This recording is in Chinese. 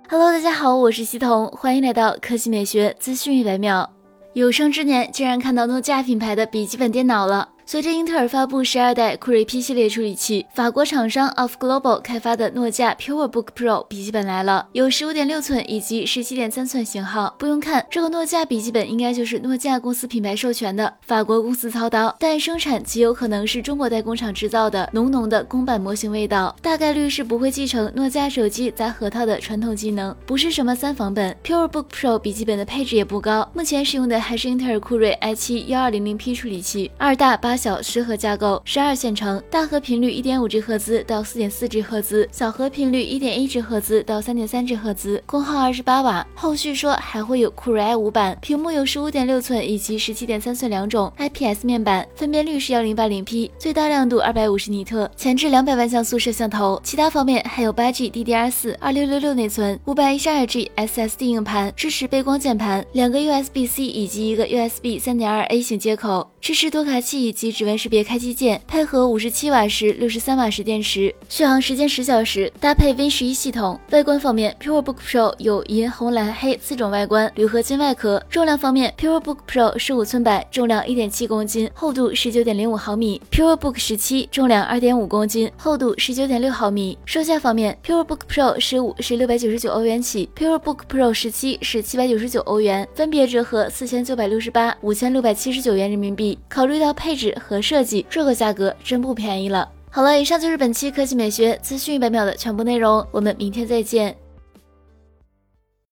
Hello， 大家好，我是西彤，欢迎来到科技美学资讯100秒。有生之年竟然看到诺基亚品牌的笔记本电脑了。随着英特尔发布12代酷睿 P 系列处理器，法国厂商 Off Global 开发的诺基亚 PureBook Pro 笔记本来了，有15.6寸以及17.3寸型号。不用看，这个诺基亚笔记本应该就是诺基亚公司品牌授权的，法国公司操刀，但生产极有可能是中国代工厂制造的，浓浓的公版模型味道，大概率是不会继承诺基亚手机砸核桃的传统技能，不是什么3防本。PureBook Pro 笔记本的配置也不高，目前使用的还是英特尔酷睿 i7-1200P 处理器，2大8小10核架构，12线程，大核频率 1.5G 赫兹到 4.4G 赫兹，小核频率 1.1G 赫兹到 3.3G 赫兹，功耗28瓦。后续说还会有酷睿 i5 版，屏幕有15.6寸以及17.3寸两种 IPS 面板，分辨率是 1080P， 最大亮度250尼特，前置200万像素摄像头。其他方面还有 8G DDR4 2666内存，512G SSD 硬盘，支持背光键盘，2个 USB-C 以及一个 USB 3.2A 型接口，支持多卡器以及指纹识别开机键，配合57瓦时、63瓦时电池，续航时间10小时，搭配 Win11系统。外观方面 ，PureBook Pro 有银、红、蓝、黑4种外观，铝合金外壳。重量方面 ，PureBook Pro 15寸版，重量 1.7公斤，厚度 19.05毫米；PureBook 17重量 2.5公斤，厚度 19.6毫米。售价方面 ，PureBook Pro 15是699欧元起 ，PureBook Pro 17是799欧元，分别折合4968、5679元人民币。考虑到配置和设计，这个价格真不便宜了。好了，以上就是本期科技美学资讯100秒的全部内容，我们明天再见。